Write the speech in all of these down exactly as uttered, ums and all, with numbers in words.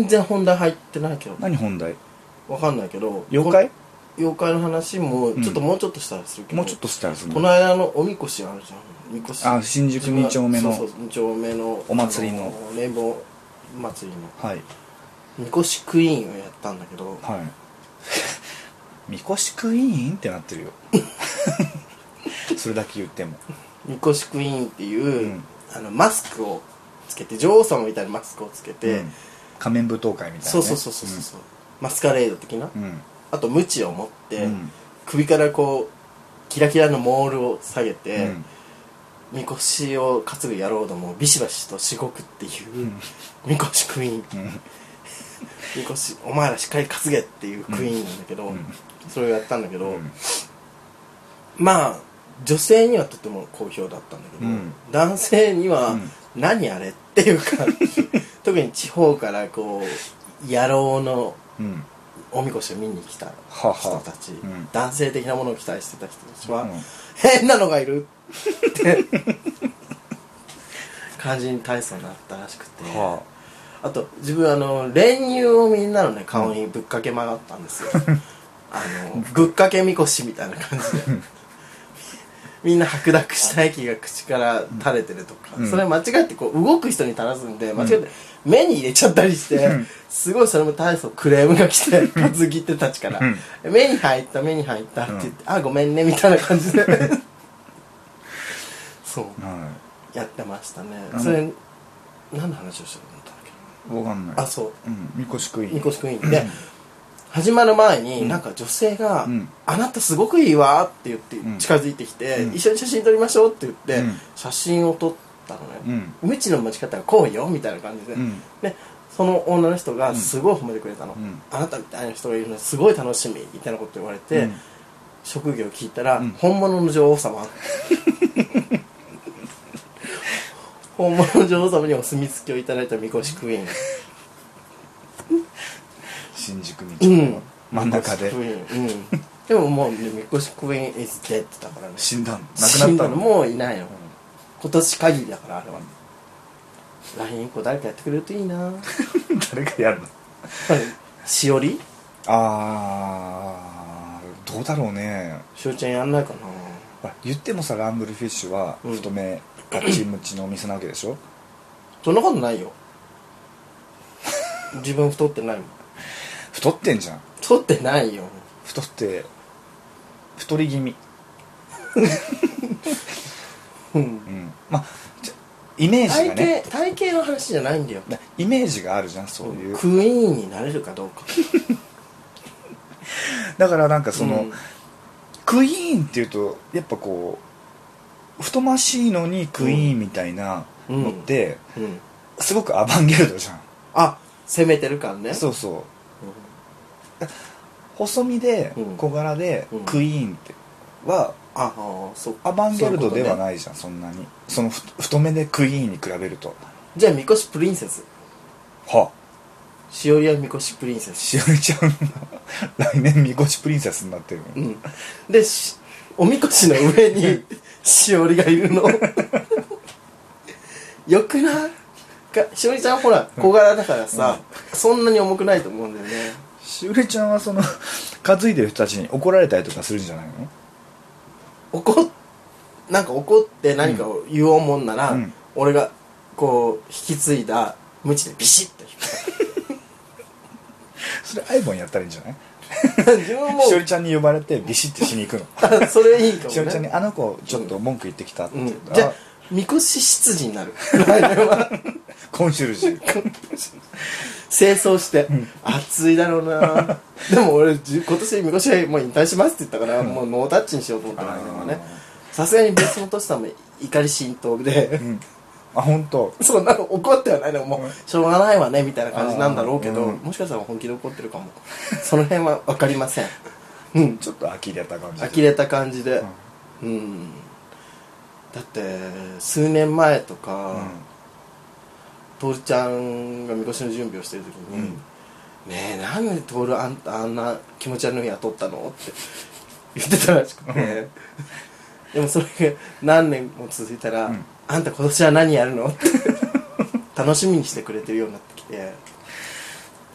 全然本題入ってないけど。 何本題？ わかんないけど。 妖怪？ 妖怪の話もちょっともうちょっとしたらするけど、 もうちょっとしたらする。 この間のおみこしあるじゃん。みこし。 あ、新宿に丁目の。 そうそうに丁目のお祭りのレインボー祭りの。 はい。 みこしクイーンをやったんだけど。 はい。みこしクイーンってなってるよ。それだけ言っても。 みこしクイーンっていう、うん、あのマスクをつけて、女王様みたいなマスクをつけて、うん、 仮面舞踏会みたいな、ね、 そうそうそうそうそう、うん、マスカレード的な、 うん、 あと鞭を持って、うん、首からこうキラキラのモールを下げて、うん、みこしを担ぐ野郎どもビシバシとしごくっていう、うん、みこしクイーン、うん、みこしお前らしっかり担げっていうクイーンなんだけど、うん、それをやったんだけど、うん、まあ女性にはとても好評だったんだけど、うん、男性には、うん、何あれっていうか特に地方からこう野郎のおみこしを見に来た人たち、はは、うん、男性的なものを期待してた人たちは、うん、変なのがいるって感じに体操になったらしくて、はあ、あと自分あの練乳をみんなのね顔にぶっかけ回ったんですよ、うん、あのぶっかけみこしみたいな感じでみんな白濁した液が口から垂れてるとか、うん、それ間違ってこう動く人に垂らすんで間違って目に入れちゃったりして、うん、すごいそれも大層クレームが来て担ぎ手たちから、うん、目に入った目に入ったって言って、うん、あごめんねみたいな感じでそう、はい、やってましたね。それ何の話をしてるんだっけ。 わかんない。 あそう、 うん、みこしクイーンみこしクイーンで始まる前に、うん、なんか女性が、うん、あなたすごくいいわって言って近づいてきて、うん、一緒に写真撮りましょうって言って、うん、写真を撮ったのね、うん、無知の持ち方がこうよみたいな感じで、うん、でその女の人がすごい褒めてくれたの、うん、あなたみたいな人がいるのすごい楽しみみたいなこと言われて、うん、職業を聞いたら、うん、本物の女王様本物の女王様にお墨付きをいただいたみこしクイーン新宿にちょうど真ん中で、うん、 でももうみこしクイーン is dead だからね。 死んだの亡くなったの。 死んだのもういないの、うん、今年限りだからあれは。ライン以降誰かやってくれるといいな誰かやるのしおりあーどうだろうね。 しおりちゃんやんないかな。言ってもさランブルフィッシュは太めガッチムチのお店なわけでしょ、うん、 そんなことないよ自分太ってないもん。 太ってんじゃん。 太ってないよ。 太って太り気味うん、うん、まあイメージがね体型、体型の話じゃないんだよ。 イメージがあるじゃんそういう、 クイーンになれるかどうかだからなんかその、うん、クイーンっていうとやっぱこう太ましいのにクイーンみたいなのって、うんうん、すごくアバンギャルドじゃん。 あ攻めてる感ね。 そうそう、うん、細身で小柄でクイーンっては、うん、ああそうアバンギャルドではないじゃん。 そ, うう、ね、そんなにその太めでクイーンに比べると。 じゃあみこしプリンセスはしおりはみこしプリンセス。 しおりちゃん来年みこしプリンセスになってるの、 うん、でおみこしの上にしおりがいるのよくないしおりちゃんほら小柄だからさ、うん、そんなに重くないと思うんだよね。 しおりちゃんはその担いでる人たちに怒られたりとかするんじゃないの。 怒っなんか怒って何かを言おうもんなら、うん、俺がこう引き継いだ鞭でビシッと引くそれアイボンやったらいいんじゃない自分もしおりちゃんに呼ばれてビシッてしに行くのそれいいかもね。 しおりちゃんにあの子ちょっと文句言ってきたって言って、 うん、じゃあみこし執事になるコンシェルジュ清掃して、うん、暑いだろうなでも俺今年みこしもう引退しますって言ったから、うん、もうノータッチにしようと思ったらね。さすがに別の年さんも怒り心頭で、うん、 あ本当。 そうなんか怒ってはないでももうしょうがないわねみたいな感じなんだろうけど、うん、もしかしたら本気で怒ってるかもその辺は分かりません、 うん、ちょっと呆れた感じで呆れた感じで、うん、うん、だって数年前とか、うん、徹ちゃんがみこしの準備をしてる時に、うん、ねえなんで徹あんたあんな気持ち悪いの雇ったのって言ってたらしくて、うんでもそれが何年も続いたら、うん、あんた今年は何やるのって楽しみにしてくれてるようになってきて、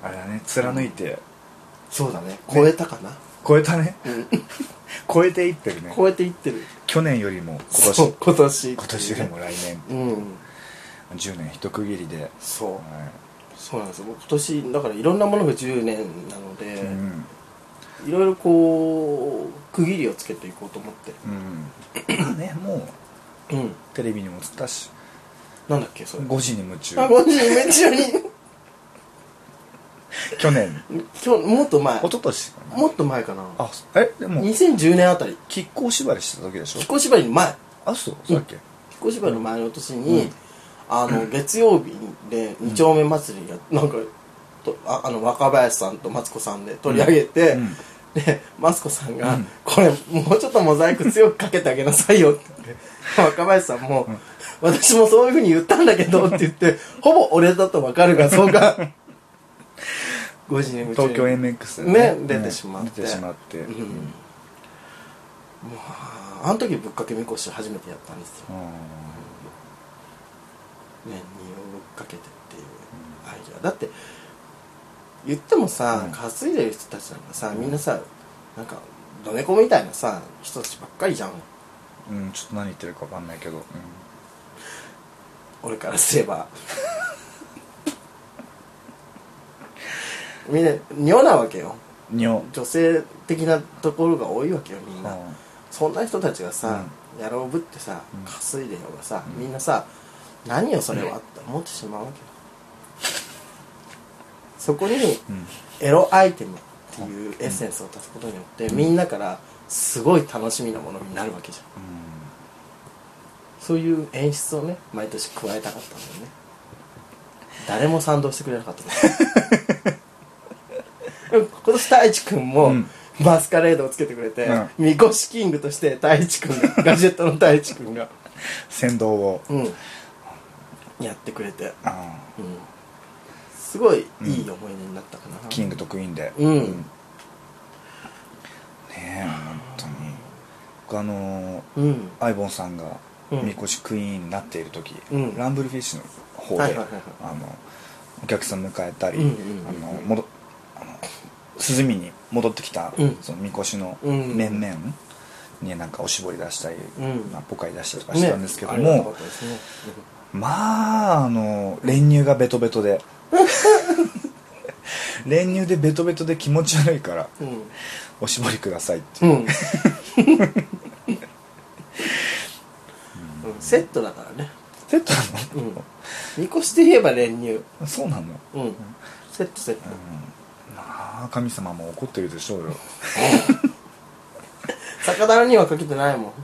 あれだね、貫いて、うん、 そうだね、超えたかな、ね、 超えたね、うん、超えていってるね、 超えていってる、 去年よりも今年今年今年よりも来年、うん、じゅうねん一区切りで、 そう、はい、そうなんですよ。今年だからいろんなものがじゅうねんなので、うん、いろいろこう区切りをつけていこうと思って、 うん、ね、もう、うん、テレビにも映ったし、 なんだっけそれ、 ごじに夢中、 あ、ごじに夢中に去年、 今日もっと前、 一昨年かな、 もっと前かな、 あ、え、でもにせんじゅうねんあたり、 亀甲縛りしてた時でしょ、 亀甲縛りの前、 あ、そう、そうだっけ、 亀甲縛りの前の年に、うん、あの月曜日で二丁目祭りがなんかと あ, あの若林さんとマツコさんで取り上げて、うん、でマツコさんが、うん、これもうちょっとモザイク強くかけてあげなさいよって言って若林さんも、うん、私もそういう風に言ったんだけどって言ってほぼ俺だと分かる画像がごじに夢中に東京 エムエックス でね, ね出てしまって、 出てしまって、うん、もうあの時ぶっかけみこし初めてやったんですよ、うんね、にをぶっかけてっていうアイデアだって言ってもさ、うん、担いでる人たちなんかさ、みんなさなんかドネコみたいなさ人たちばっかりじゃん、 うん、ちょっと何言ってるか分かんないけど、うん、 俺からすればみんな女なわけよ、女性的なところが多いわけよみんな、うん、そんな人たちがさ、うん、やろうぶってさ担いでようがさ、うん、みんなさ何よそれはって思ってしまうわけよ。そこにエロアイテムっていうエッセンスを足すことによってみんなからすごい楽しみなものになるわけじゃん、うん、そういう演出をね毎年加えたかったんだよね。誰も賛同してくれなかった今年太一くんもマスカレードをつけてくれて、うん、みこしキングとして太一くんがガジェットの太一くんが先導を、うんやってくれて、あ、うん、すごいいい思い出になったかな、うん、 キングとクイーンで、 うん、うん、ねえ本当に僕あのーうん、アイボンさんがみこしクイーンになっている時、うん、ランブルフィッシュの方で、はいはいはいはい、あのお客さん迎えたり、うんうんうん、あの戻あの涼みに戻ってきた、うん、そのみこしの面々になんかおしぼり出したり、うん、まあ、ポカリ出したりとかしたんですけども、ね、まああの練乳がベトベトで練乳でベトベトで気持ち悪いから、うん、おしぼりくださいって、うんうん、 セットだからね。 セットなの？ うん、みこしで言えば練乳。 そうなの？ うん、セットセット、うん、 まあ神様も怒ってるでしょうよ酒樽にはかけてないもん。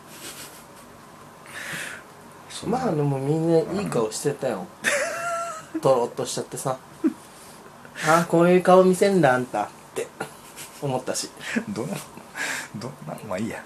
まあでもみんないい顔してたよとろっとしちゃってさああこういう顔見せんだあんたって思ったしどうなどうなまあいいや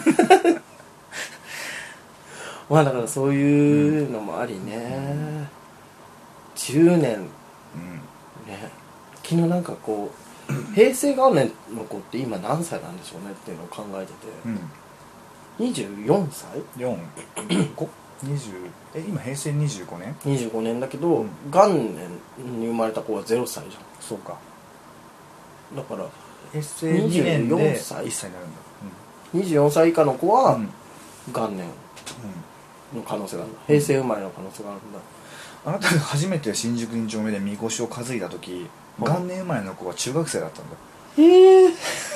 まあだからそういうのもありね、うん、じゅうねん、うん、ね昨日なんかこう平成元年の子って今何歳なんでしょうねっていうのを考えてて、うん、にじゅうよんさいよん ごにじゅうえ今平成にじゅうごねんにじゅうごねんだけど、うん、元年に生まれた子はゼロさいじゃん。 そうかだから平成にねんでいっさいになるんだ、 うん、にじゅうよんさい以下の子は、うん、元年の可能性があるんだ、平成生まれの可能性があるんだ。 あなたが初めて新宿に丁目でみこしを担いだ時、うん、元年生まれの子は中学生だったんだ。 えー、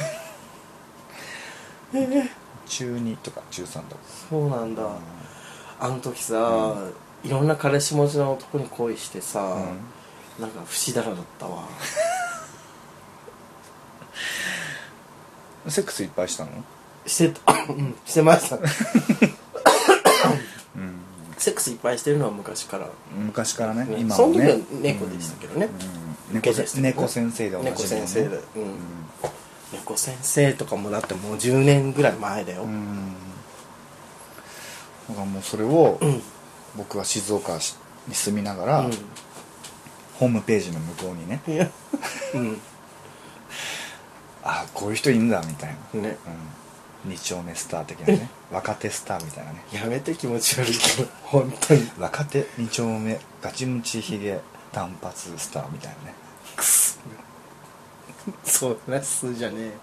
えー、中にとか中さんとか。 そうなんだ、うん、あの時さ、うん、いろんな彼氏持ちの男に恋してさ、うん、なんか不死だらだったわセックスいっぱいしたの？ してたうんしてましたセックスいっぱいしてるのは昔から昔からね、 今もね、その時は猫でしたけどね、 うんうん、猫, 猫先生でおなじみの、ね、 猫先生で、うんうん、猫先生とかもだってもうじゅうねんぐらい前だよ。うん、 だからもうそれを、うん、僕は静岡に住みながら、うん、ホームページの向こうにね、うん、あこういう人いるんだみたいな、ね、うん、に丁目スター的なね若手スターみたいなね。 やめて気持ち悪いけど本当に若手に丁目ガチムチヒゲ単発スターみたいなね。 くそそうだね、素じゃねえ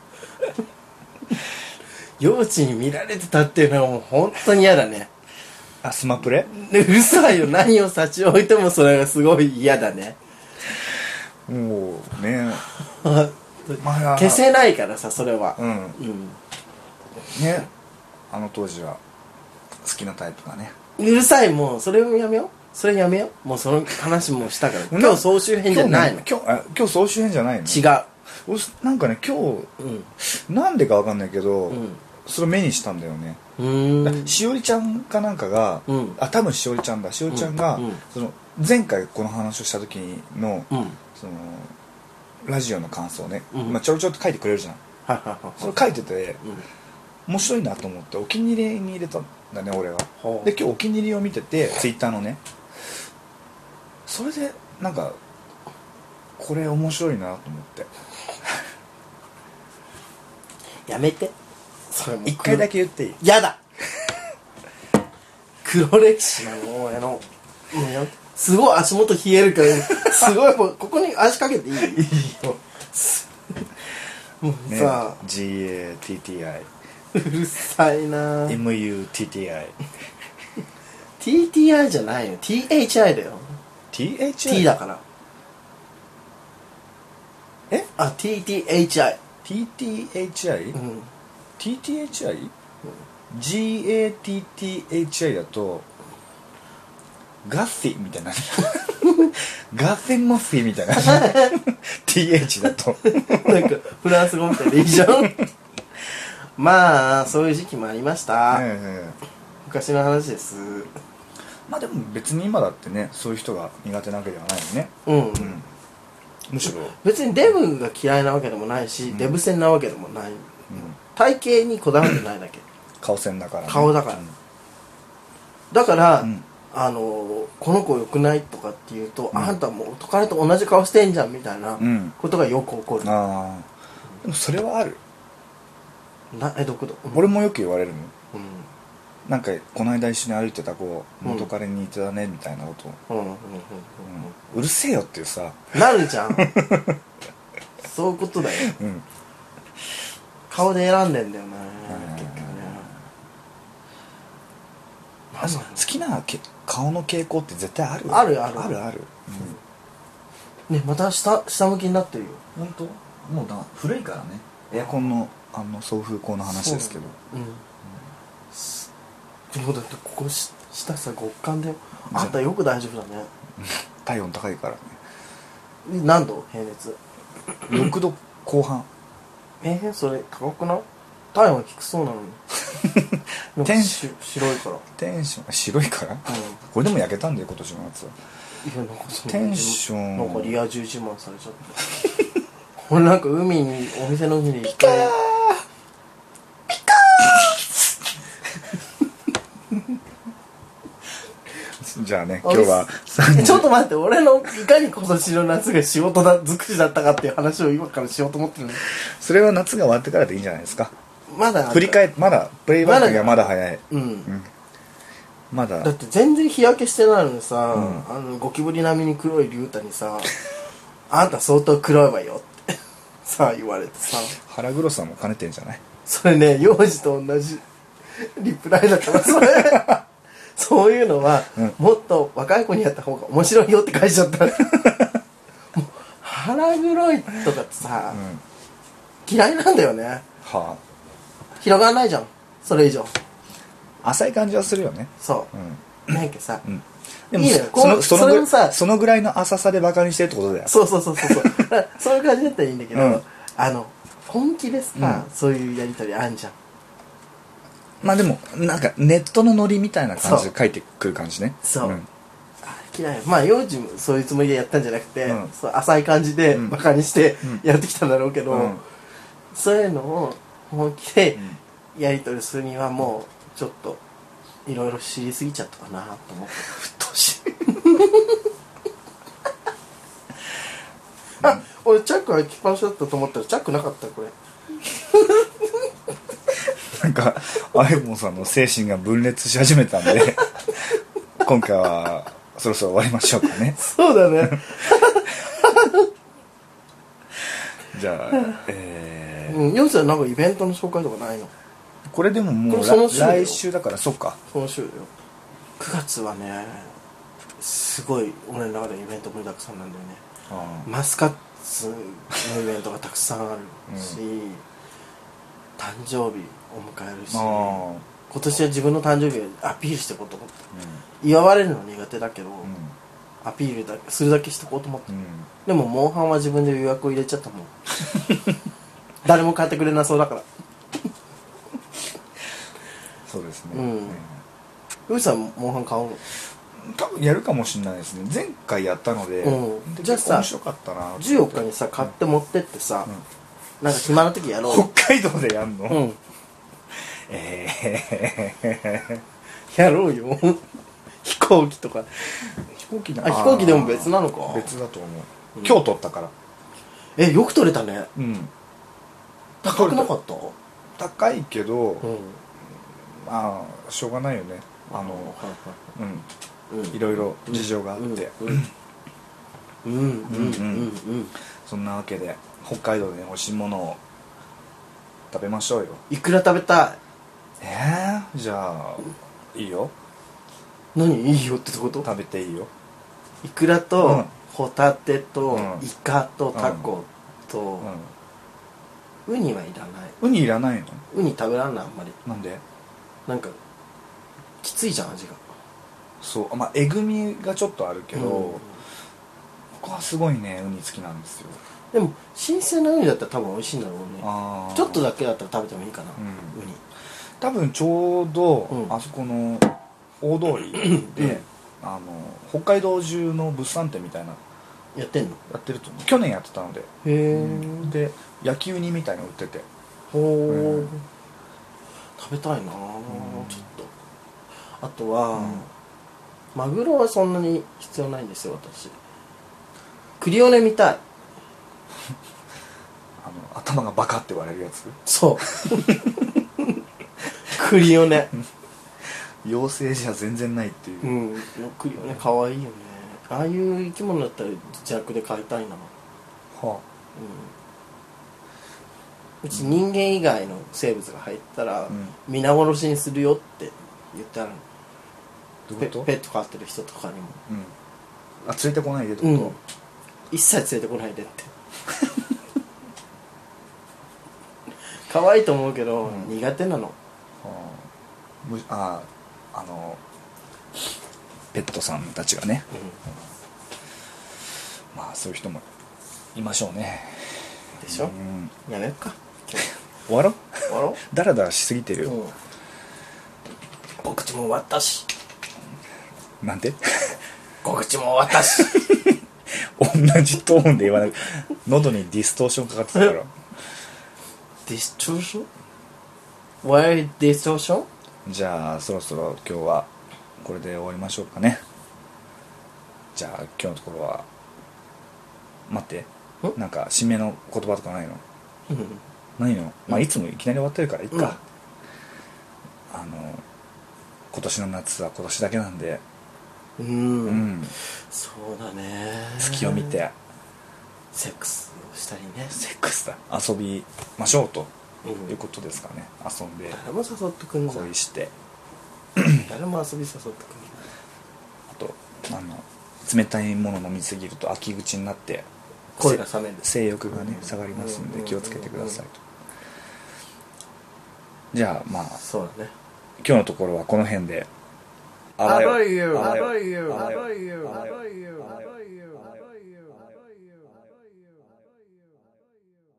幼稚に見られてたっていうのはもう本当に嫌だね。 あ、スマプレ？ うるさいよ、何を差し置いてもそれがすごい嫌だね。 もうねまあ、消せないからさ、それは。 うん、うん、ね、あの当時は好きなタイプがね。 うるさい、もうそれをやめよう。それやめよう。もうその話もしたから今日総集編じゃないの。 今日、あ、今日総集編じゃないの。 違う。 なんかね今日、うん、なんでかわかんないけど、うん、それ目にしたんだよね。うーん、しおりちゃんかなんかが、うん、あ、多分しおりちゃんだしおりちゃんが、うんうん、その前回この話をした時の、うん、そのラジオの感想ね、うん、まあ、ちょろちょろっと書いてくれるじゃんそれ書いてて、うん、面白いなと思ってお気に入りに入れたんだね俺は。で今日お気に入りを見ててツイッターのね、それでなんかこれ面白いなと思ってやめて、それも一回だけ言っていい？ やだ黒歴史なの俺の、すごい足元冷えるからすごいもうここに足かけていい？いいよもうさ、 ね、ジーエーティーティーアイうるさいなエムユーティーティーアイティーティーアイ じゃないよ ティーエイチアイ だよ。 ティーエイチアイ？ T だからえ？ あ、ティーティーエイチアイティーティーエイチアイ？ うん、ティーティーエイチアイ？ うん、ジーエーティーティーエイチアイ だとガッフィみたいなガッフィモッフィみたいなティーエイチ だとなんかフランス語みたいでいいじゃんまあそういう時期もありました、えー、昔の話です。 まあでも別に今だってねそういう人が苦手なわけではないよね。うん、うん、むしろ別にデブが嫌いなわけでもないし、うん、デブ戦なわけでもない、うん、体型にこだわってないだけ顔線だから、ね、 顔だから、うん、だから、うん、あのこの子良くないとかっていうと、うん、あんたもう元彼と同じ顔してんじゃんみたいなことがよく起こる、うん、あでもそれはあるな。え、どこど、 うん、俺もよく言われるの、うん、なんかこの間一緒に歩いてた子元彼に似てたねみたいなことを、うんうんうんうん、うるせえよっていうさなるじゃんそういうことだよ、うん、顔で選んでんだよね、結局ね。 好きな顔の傾向って絶対あるあるあるあるある、 うん、ね、また下下向きになってるよ。 本当？もうだ古いからね。エアコンのあの送風口の話ですけど、う、うんうん、でもだってここし下さ極寒だよ。あんたよく大丈夫だね体温高いからね。 何度？平熱ろくどこう半。 えー、それ高くない？体温低そうなのにテンション白いからテンション白いから、うん、これでも焼けたんだよ今年の夏は。 いや、なんかそのテンションなんかリア充自慢されちゃった俺なんか海にお店の海にピカーピカーじゃあね今日はちょっと待って、俺のいかに今年の夏が仕事だ尽くしだったかっていう話を今からしようと思ってるの。 それは夏が終わってからでいいんじゃないですか。 まだ振り返まだプレイバックがまだ早い、うんうん、まだだって全然日焼けしてないのにさ、うん、あのゴキブリ並みに黒い龍太にさあんた相当黒いわよってさあ言われてさ、 腹黒さも兼ねてんじゃない。 それね、幼児と同じリプライだからそれそういうのは、うん、もっと若い子にやった方が面白いよって書いちゃったもう腹黒いとかってさ、うん、嫌いなんだよね。はあ、広がらないじゃんそれ以上。 浅い感じはするよね。 そう、うん、なんかさ、うん、 でもいいのよ、そのそのぐさそのぐらいの浅さでバカにしてるってことだよ。 そうそうそうそうそうそういう感じだったらいいんだけど、うん、あの本気でさ、うん、そういうやり取りあんじゃん。 まあでもなんかネットのノリみたいな感じで書いてくる感じね。 そう、うん、あ嫌い。まあ幼児もそういうつもりでやったんじゃなくて、うん、そう浅い感じでバカにしてやってきたんだろうけど、うん、そういうのを本気でやり取りするにはもうちょっといろいろ知りすぎちゃったかなと思って。 ふっとしいあ、俺チャック開きっぱなしだったと思ったらチャックなかったこれなんかアイボンさんの精神が分裂し始めたんで今回はそろそろ終わりましょうかね。 そうだねじゃあえー、 うん、ヨウさんなんかイベントの紹介とかないの？ これでももうその週来週だからそっかその週よ。くがつはねすごい俺の中でイベント盛りだくさんなんだよね。マスカッツのイベントがたくさんあるし、うん、誕生日を迎えるし、今年は自分の誕生日をアピールしていこうと思って、うん、祝われるの苦手だけど、うん、アピールだするだけしていこうと思って、うん、でもモンハンは自分で予約を入れちゃったもん誰も買ってくれなそうだからそうですね。 ウーさんモンハン買うの？ 多分やるかもしれないですね。前回やったので、 うん、じゃあさ面白かったな。 じゅうよっかにさ買って持ってってさ、うん、なんか暇な時やろう。 北海道でやんの？うん。 ええー、やろうよ飛行機とか。 飛行機あ飛行機でも別なのか。 別だと思う、うん、今日取ったから。 えよく取れたね。 うん。 高くなかった？ 高いけど、うん、まあしょうがないよね。あの、うん、うん、いろいろ事情があってうんうんうんうんそんなわけで北海道で美味しいものを食べましょうよ。 いくら食べたい？ えー、じゃあいいよ。 何いいよってこと？ 食べていいよ。 いくらと、うん、ホタテと、うん、イカとタコと、うんうん、ウニはいらない。 ウニいらないの？ ウニ食べらんないあんまり。 なんで？なんかきついじゃん味が。 そうまあえぐみがちょっとあるけど、うん、僕はすごいねウニ好きなんですよ。 でも新鮮なウニだったら多分美味しいんだろうね。あちょっとだけだったら食べてもいいかな、うん、ウニ多分ちょうど、うん、あそこの大通りで、うん、あの北海道中の物産展みたいなやってんの？ やってると思う。去年やってたので。へえ、うん、で焼きウニみたいの売っててほー、うん、 食べたいな、うん、ちょっとあとは、うん、マグロはそんなに必要ないんですよ私。クリオネ見たいあの頭がバカって割れるやつ。 そうクリオネ妖精じゃ全然ないっていう、 うん、クリオネかわいいよね。ああいう生き物だったら自宅で飼いたいな。はあ、うん、うち人間以外の生物が入ったら、うん、皆殺しにするよって言ってあるの。 どういうこと？ ペット飼ってる人とかにも、 うん、あ連れてこないでってこと、うん、 一切連れてこないでって可愛いと思うけど、うん、苦手なの。 あああのペットさんたちがね、うん、まあそういう人もいましょうね。 でしょ、うん、やめよっか終わろう終わろうだらだらしすぎてるよ、うん、 告知も終わったし。 なんて告知も終わったし同じトーンで言わない喉にディストーションかかってたからディストーション Why ディストーション。 じゃあそろそろ今日はこれで終わりましょうかね。じゃあ今日のところは待ってなんか締めの言葉とかないの？うん、ないの？まあいつもいきなり終わってるからいっか、うん、あの今年の夏は今年だけなんでうん、うん、そうだね。 月を見てセックスをしたりね。 セックスだ遊びましょうということですかね、うん、遊んで誰も誘ってくんない。 恋して誰も遊び誘ってくんない。 あとあの冷たいもの飲みすぎると秋口になって声が冷める。 性欲がね、うん、下がりますんで気をつけてくださいと。じゃあまあそうだね、 今日のところはこの辺で。 I love you, I love you, I love you, I love you.